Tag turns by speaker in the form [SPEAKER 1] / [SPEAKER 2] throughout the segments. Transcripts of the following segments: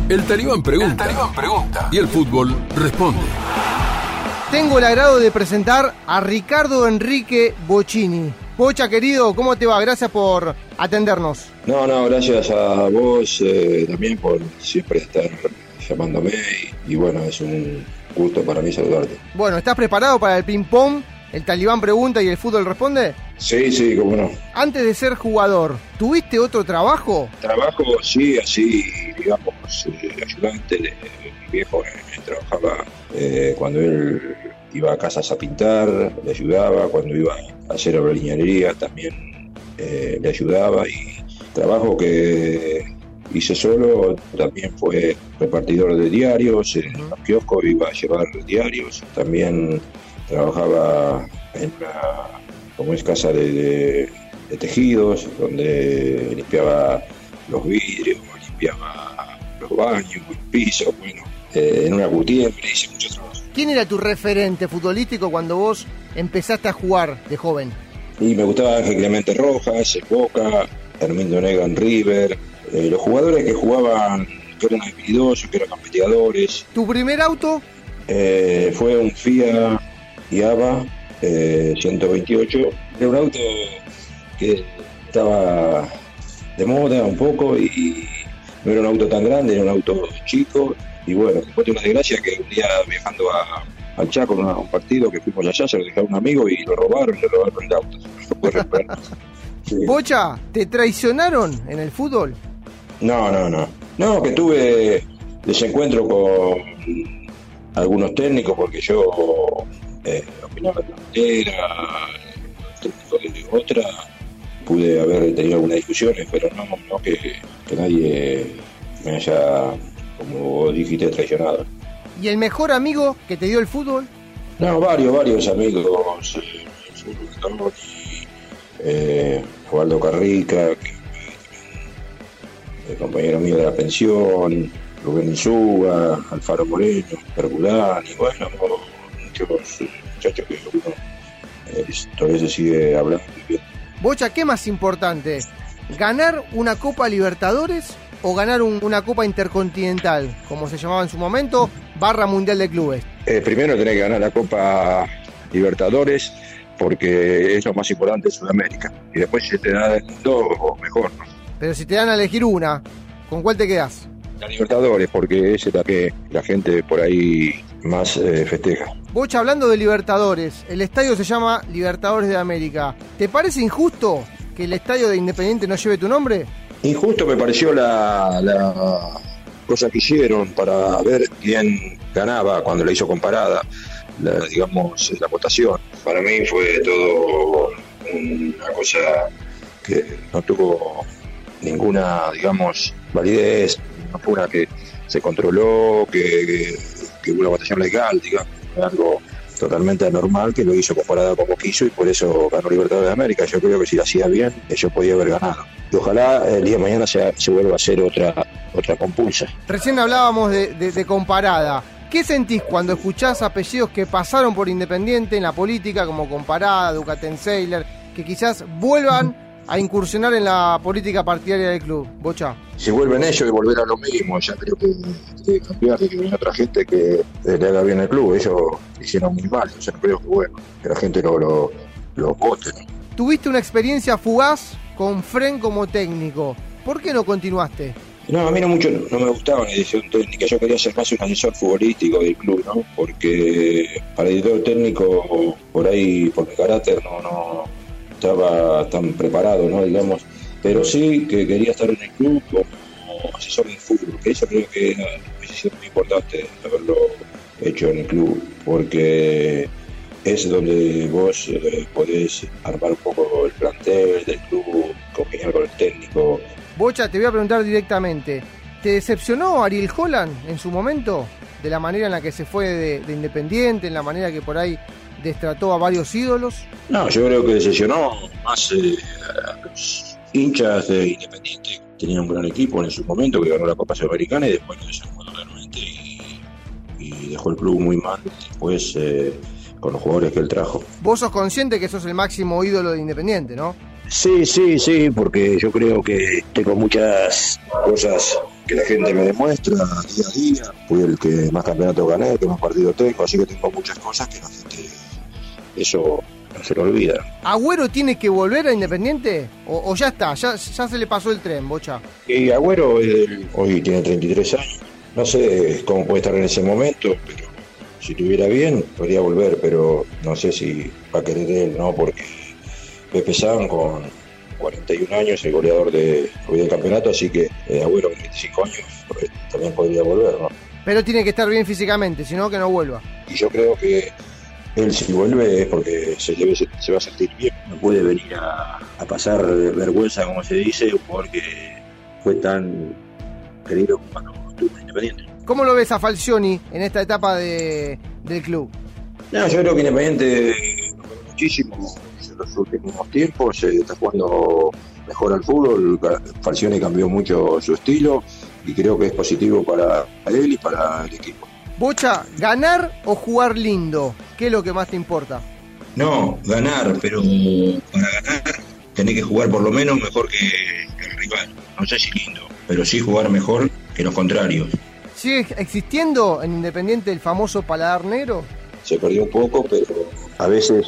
[SPEAKER 1] El Talibán pregunta. Y el fútbol responde.
[SPEAKER 2] Tengo el agrado de presentar a Ricardo Enrique Bocchini. Bocha, querido, ¿cómo te va? Gracias por atendernos.
[SPEAKER 3] No, gracias a vos también por siempre estar llamándome y bueno, es un gusto para mí saludarte.
[SPEAKER 2] Bueno, ¿estás preparado para el ping-pong? ¿El Talibán pregunta y el fútbol responde?
[SPEAKER 3] Sí, cómo no.
[SPEAKER 2] Antes de ser jugador, ¿tuviste otro trabajo?
[SPEAKER 3] Trabajo, sí, así, digamos, ayudante de mi viejo. Trabajaba cuando él iba a casas a pintar, le ayudaba. Cuando iba a hacer albañilería también le ayudaba. Y trabajo que hice solo también fue repartidor de diarios. En los kioscos iba a llevar diarios. También trabajaba en una casa de tejidos, donde limpiaba los vidrios, limpiaba los baños, el piso, bueno, en una cutiembre hice mucho trabajo.
[SPEAKER 2] ¿Quién era tu referente futbolístico cuando vos empezaste a jugar de joven?
[SPEAKER 3] Y me gustaba Ángel Clemente Rojas, en Boca, Hermindo Nega en River, los jugadores que jugaban, que eran habilidosos, que eran competidores.
[SPEAKER 2] ¿Tu primer auto?
[SPEAKER 3] Fue un Fiat Iaba 128. Era un auto que estaba de moda un poco y no era un auto tan grande, era un auto chico. Y bueno, después de una desgracia que un día viajando al Chaco a un partido que fuimos allá, se lo dejé a un amigo y lo robaron el auto. Sí.
[SPEAKER 2] Bocha, ¿te traicionaron en el fútbol?
[SPEAKER 3] No, que tuve desencuentro con algunos técnicos porque yo opinaba de una manera, el técnico de otra. Pude haber tenido algunas discusiones, pero no que nadie me haya, como vos dijiste, traicionado.
[SPEAKER 2] ¿Y el mejor amigo que te dio el fútbol?
[SPEAKER 3] No, varios amigos. Osvaldo Carrica, el compañero mío de la pensión, Rubén Insúa, Alfaro Moreno, Herculán, y bueno, muchos muchachos que uno todavía se sigue hablando bien.
[SPEAKER 2] Bocha, ¿qué más importante? ¿Ganar una Copa Libertadores o ganar una Copa Intercontinental, como se llamaba en su momento, /Mundial de Clubes?
[SPEAKER 3] Primero tenés que ganar la Copa Libertadores, porque es lo más importante de Sudamérica. Y después si te da el mundo, mejor, ¿no?
[SPEAKER 2] Pero si te dan a elegir una, ¿con cuál te quedás?
[SPEAKER 3] La Libertadores, porque esa es la que la gente por ahí más festeja.
[SPEAKER 2] Bocha, hablando de Libertadores, el estadio se llama Libertadores de América. ¿Te parece injusto que el estadio de Independiente no lleve tu nombre?
[SPEAKER 3] Injusto me pareció la cosa que hicieron para ver quién ganaba cuando la hizo comparada, la votación. Para mí fue todo una cosa que no tuvo ninguna, validez. No fue una que se controló, que hubo una votación legal, fue algo totalmente anormal que lo hizo comparada como quiso y por eso ganó Libertadores de América. Yo creo que si lo hacía bien, ellos podía haber ganado. Y ojalá el día de mañana se vuelva a hacer otra compulsa.
[SPEAKER 2] Recién hablábamos de comparada. ¿Qué sentís cuando escuchás apellidos que pasaron por Independiente en la política, como Comparada, Ducatenseiler, que quizás vuelvan a incursionar en la política partidaria del club? Bocha.
[SPEAKER 3] Si vuelven ellos y volver a lo mismo, ya creo que cambiar, que viene otra gente que le haga bien al club. Ellos hicieron muy mal, yo creo que la gente lo vote, ¿no?
[SPEAKER 2] Tuviste una experiencia fugaz con Fren como técnico. ¿Por qué no continuaste?
[SPEAKER 3] No, a mí no me gustaba la dirección técnica. Yo quería ser más un asesor futbolístico del club, ¿no? Porque para editor técnico, por ahí, por mi carácter, no estaba tan preparado, ¿no? Pero sí que quería estar en el club como asesor de fútbol, que eso creo que era una decisión muy importante haberlo hecho en el club, porque es donde vos podés armar un poco el plantel del club, congeniar con el técnico.
[SPEAKER 2] Bocha, te voy a preguntar directamente, ¿te decepcionó Ariel Holland en su momento? De la manera en la que se fue de Independiente, en la manera que por ahí destrató a varios ídolos.
[SPEAKER 3] No, yo creo que decepcionó más a los hinchas de Independiente. Tenía un gran equipo en su momento que ganó la Copa Sudamericana y después lo desarmó totalmente y dejó el club muy mal después con los jugadores que él trajo.
[SPEAKER 2] Vos sos consciente que sos el máximo ídolo de Independiente, ¿no?
[SPEAKER 3] Sí, porque yo creo que tengo muchas cosas que la gente me demuestra día a día. Fui el que más campeonatos gané, el que más partidos tengo, así que tengo muchas cosas que la gente, eso no se lo olvida.
[SPEAKER 2] ¿Agüero tiene que volver a Independiente? ¿O ya está? ¿Ya se le pasó el tren, Bocha?
[SPEAKER 3] Y Agüero hoy tiene 33 años. No sé cómo puede estar en ese momento, pero si estuviera bien, podría volver, pero no sé si va a querer él, ¿no? Porque Pepe San, con 41 años, el goleador hoy del campeonato, así que Agüero con 25 años también podría volver, ¿no?
[SPEAKER 2] Pero tiene que estar bien físicamente, si no, que no vuelva.
[SPEAKER 3] Y yo creo que él, si vuelve, es porque se va a sentir bien. No puede venir a pasar vergüenza, como se dice, porque fue tan querido cuando estuvo en Independiente.
[SPEAKER 2] ¿Cómo lo ves a Falcioni en esta etapa del club?
[SPEAKER 3] No, yo creo que Independiente mejoró muchísimo en los últimos tiempos, se está jugando mejor al fútbol. Falcioni cambió mucho su estilo y creo que es positivo para él y para el equipo.
[SPEAKER 2] Bocha, ¿ganar o jugar lindo? ¿Qué es lo que más te importa?
[SPEAKER 3] No, ganar, pero para ganar tenés que jugar por lo menos mejor que el rival. No sé si lindo, pero sí jugar mejor que los contrarios.
[SPEAKER 2] ¿Sigue existiendo en Independiente el famoso paladar negro?
[SPEAKER 3] Se perdió un poco, pero a veces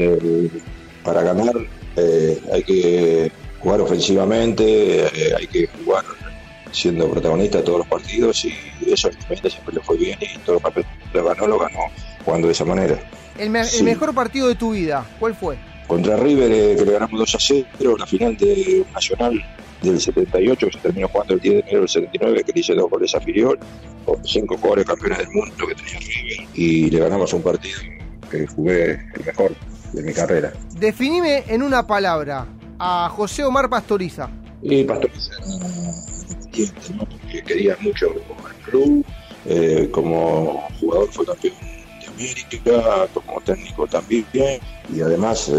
[SPEAKER 3] para ganar hay que jugar ofensivamente, hay que jugar siendo protagonista de todos los partidos, y eso Independiente siempre le fue bien y todos los partidos lo ganó jugando de esa manera.
[SPEAKER 2] El mejor partido de tu vida, ¿cuál fue?
[SPEAKER 3] Contra River, que le ganamos 2-0, la final de Nacional del 78, que se terminó jugando el 10 de enero del 79, que le hice 2 goles a Filiol, con 5 jugadores campeones del mundo que tenía River, y le ganamos un partido que jugué el mejor de mi carrera.
[SPEAKER 2] Definime en una palabra a José Omar Pastoriza.
[SPEAKER 3] Y Pastoriza era independiente, ¿no? Porque quería mucho al club, como jugador fue campeón de América, como técnico también, y además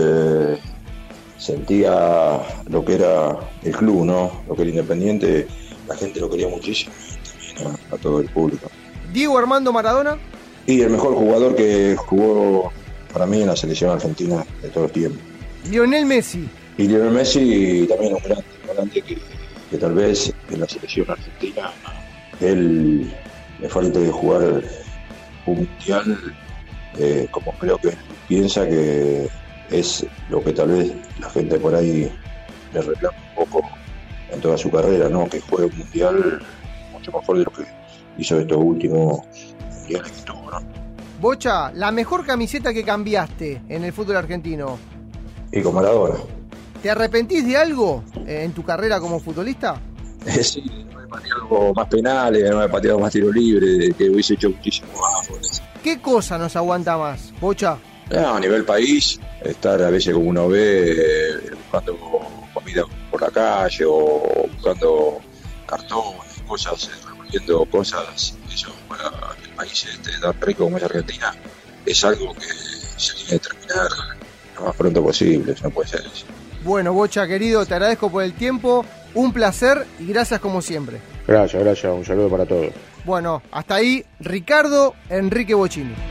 [SPEAKER 3] sentía lo que era el club, ¿no? Lo que era Independiente, la gente lo quería muchísimo, y también a todo el público.
[SPEAKER 2] Diego Armando Maradona.
[SPEAKER 3] Y el mejor jugador que jugó para mí en la selección argentina de todos los tiempos.
[SPEAKER 2] Lionel Messi.
[SPEAKER 3] Y Lionel Messi también un grande que tal vez en la selección argentina él le falta de jugar un mundial, como creo que él piensa que es lo que tal vez la gente por ahí le reclama un poco en toda su carrera, ¿no? Que juegue un mundial mucho mejor de lo que hizo estos últimos mundiales que tuvo, ¿no?
[SPEAKER 2] Bocha, la mejor camiseta que cambiaste en el fútbol argentino.
[SPEAKER 3] Y con Maradona.
[SPEAKER 2] ¿Te arrepentís de algo en tu carrera como futbolista?
[SPEAKER 3] Sí, de no haber pateado más penales, de no haber pateado más tiros libres, que hubiese hecho muchísimo más.
[SPEAKER 2] ¿Qué cosa nos aguanta más, Bocha?
[SPEAKER 3] No, a nivel país, estar a veces como uno ve, buscando comida por la calle o buscando cartones, cosas, revolviendo cosas, eso para el país tan rico como es Argentina, es algo que se tiene que terminar lo más pronto posible, no puede ser eso.
[SPEAKER 2] Bueno, Bocha, querido, te agradezco por el tiempo, un placer y gracias como siempre.
[SPEAKER 3] Gracias, un saludo para todos.
[SPEAKER 2] Bueno, hasta ahí, Ricardo Enrique Bocchini.